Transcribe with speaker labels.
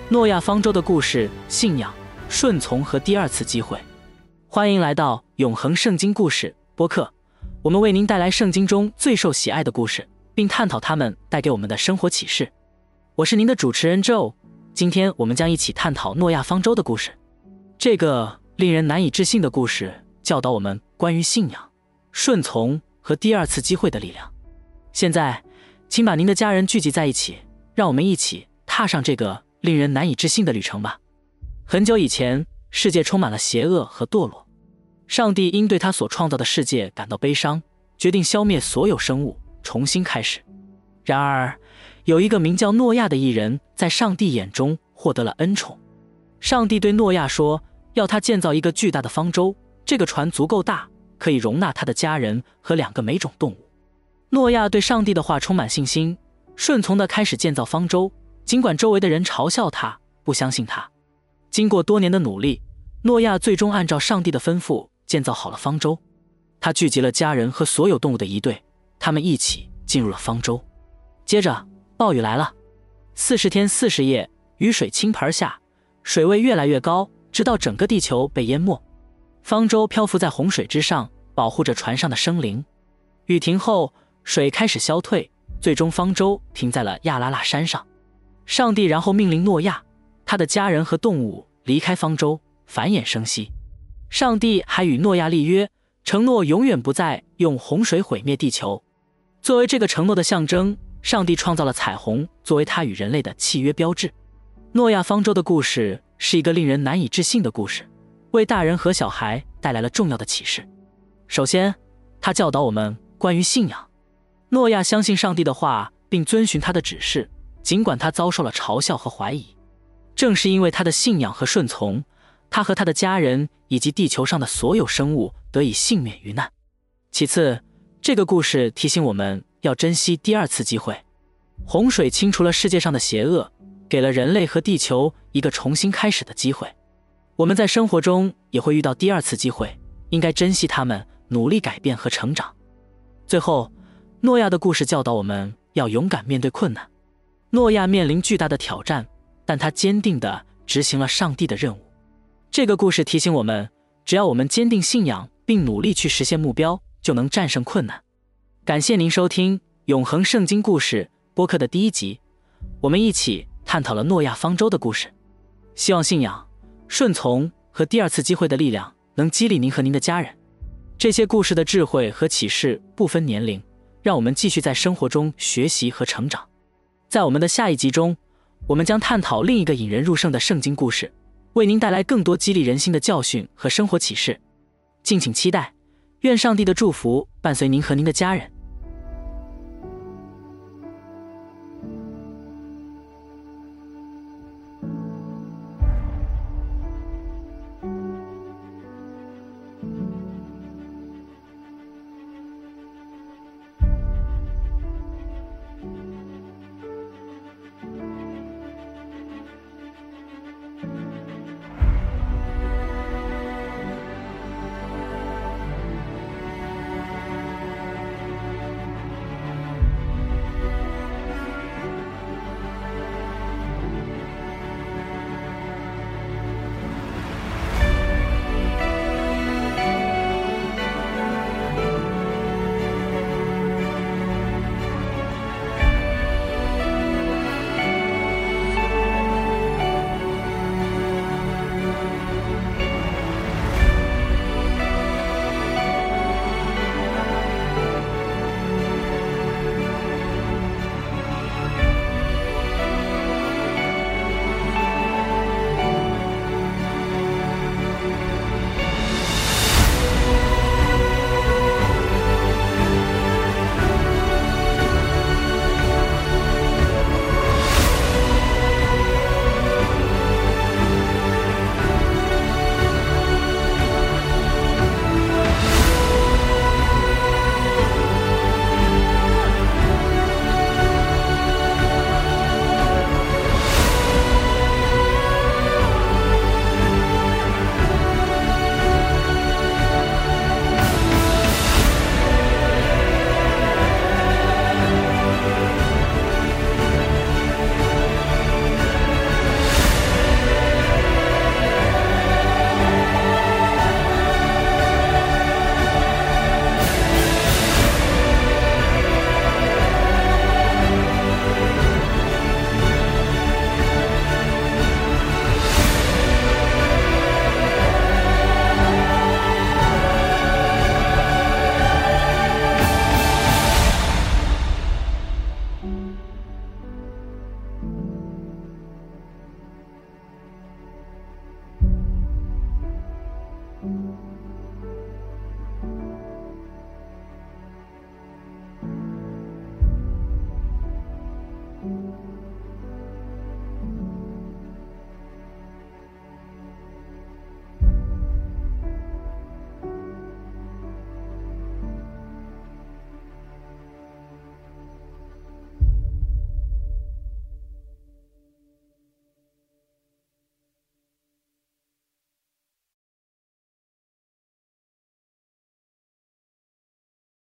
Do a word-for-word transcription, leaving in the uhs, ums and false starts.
Speaker 1: 诺亚方舟的故事、信仰、顺从和第二次机会。欢迎来到永恒圣经故事播客，我们为您带来圣经中最受喜爱的故事，并探讨它们带给我们的生活启示。我是您的主持人 Joe， 今天我们将一起探讨诺亚方舟的故事。这个令人难以置信的故事教导我们关于信仰、顺从和第二次机会的力量。现在，请把您的家人聚集在一起，让我们一起踏上这个令人难以置信的旅程吧。很久以前，世界充满了邪恶和堕落，上帝因对他所创造的世界感到悲伤，决定消灭所有生物，重新开始。然而，有一个名叫诺亚的艺人，在上帝眼中获得了恩宠。上帝对诺亚说，要他建造一个巨大的方舟，这个船足够大，可以容纳他的家人和两个美种动物。诺亚对上帝的话充满信心，顺从地开始建造方舟，尽管周围的人嘲笑他，不相信他。经过多年的努力，诺亚最终按照上帝的吩咐建造好了方舟。他聚集了家人和所有动物的一队，他们一起进入了方舟。接着，暴雨来了，四十天四十夜，雨水倾盆下，水位越来越高，直到整个地球被淹没。方舟漂浮在洪水之上，保护着船上的生灵。雨停后，水开始消退，最终方舟停在了亚拉腊山上。上帝然后命令诺亚，他的家人和动物离开方舟，繁衍生息。上帝还与诺亚立约，承诺永远不再用洪水毁灭地球。作为这个承诺的象征，上帝创造了彩虹作为他与人类的契约标志。诺亚方舟的故事是一个令人难以置信的故事，为大人和小孩带来了重要的启示。首先，他教导我们关于信仰。诺亚相信上帝的话，并遵循他的指示，尽管他遭受了嘲笑和怀疑。正是因为他的信仰和顺从，他和他的家人以及地球上的所有生物得以幸免于难。其次，这个故事提醒我们要珍惜第二次机会。洪水清除了世界上的邪恶，给了人类和地球一个重新开始的机会。我们在生活中也会遇到第二次机会，应该珍惜它们，努力改变和成长。最后，诺亚的故事教导我们要勇敢面对困难。诺亚面临巨大的挑战，但他坚定地执行了上帝的任务。这个故事提醒我们，只要我们坚定信仰并努力去实现目标，就能战胜困难。感谢您收听永恒圣经故事播客的第一集，我们一起探讨了诺亚方舟的故事。希望信仰、顺从和第二次机会的力量能激励您和您的家人。这些故事的智慧和启示不分年龄，让我们继续在生活中学习和成长。在我们的下一集中，我们将探讨另一个引人入胜的圣经故事，为您带来更多激励人心的教训和生活启示。敬请期待，愿上帝的祝福伴随您和您的家人。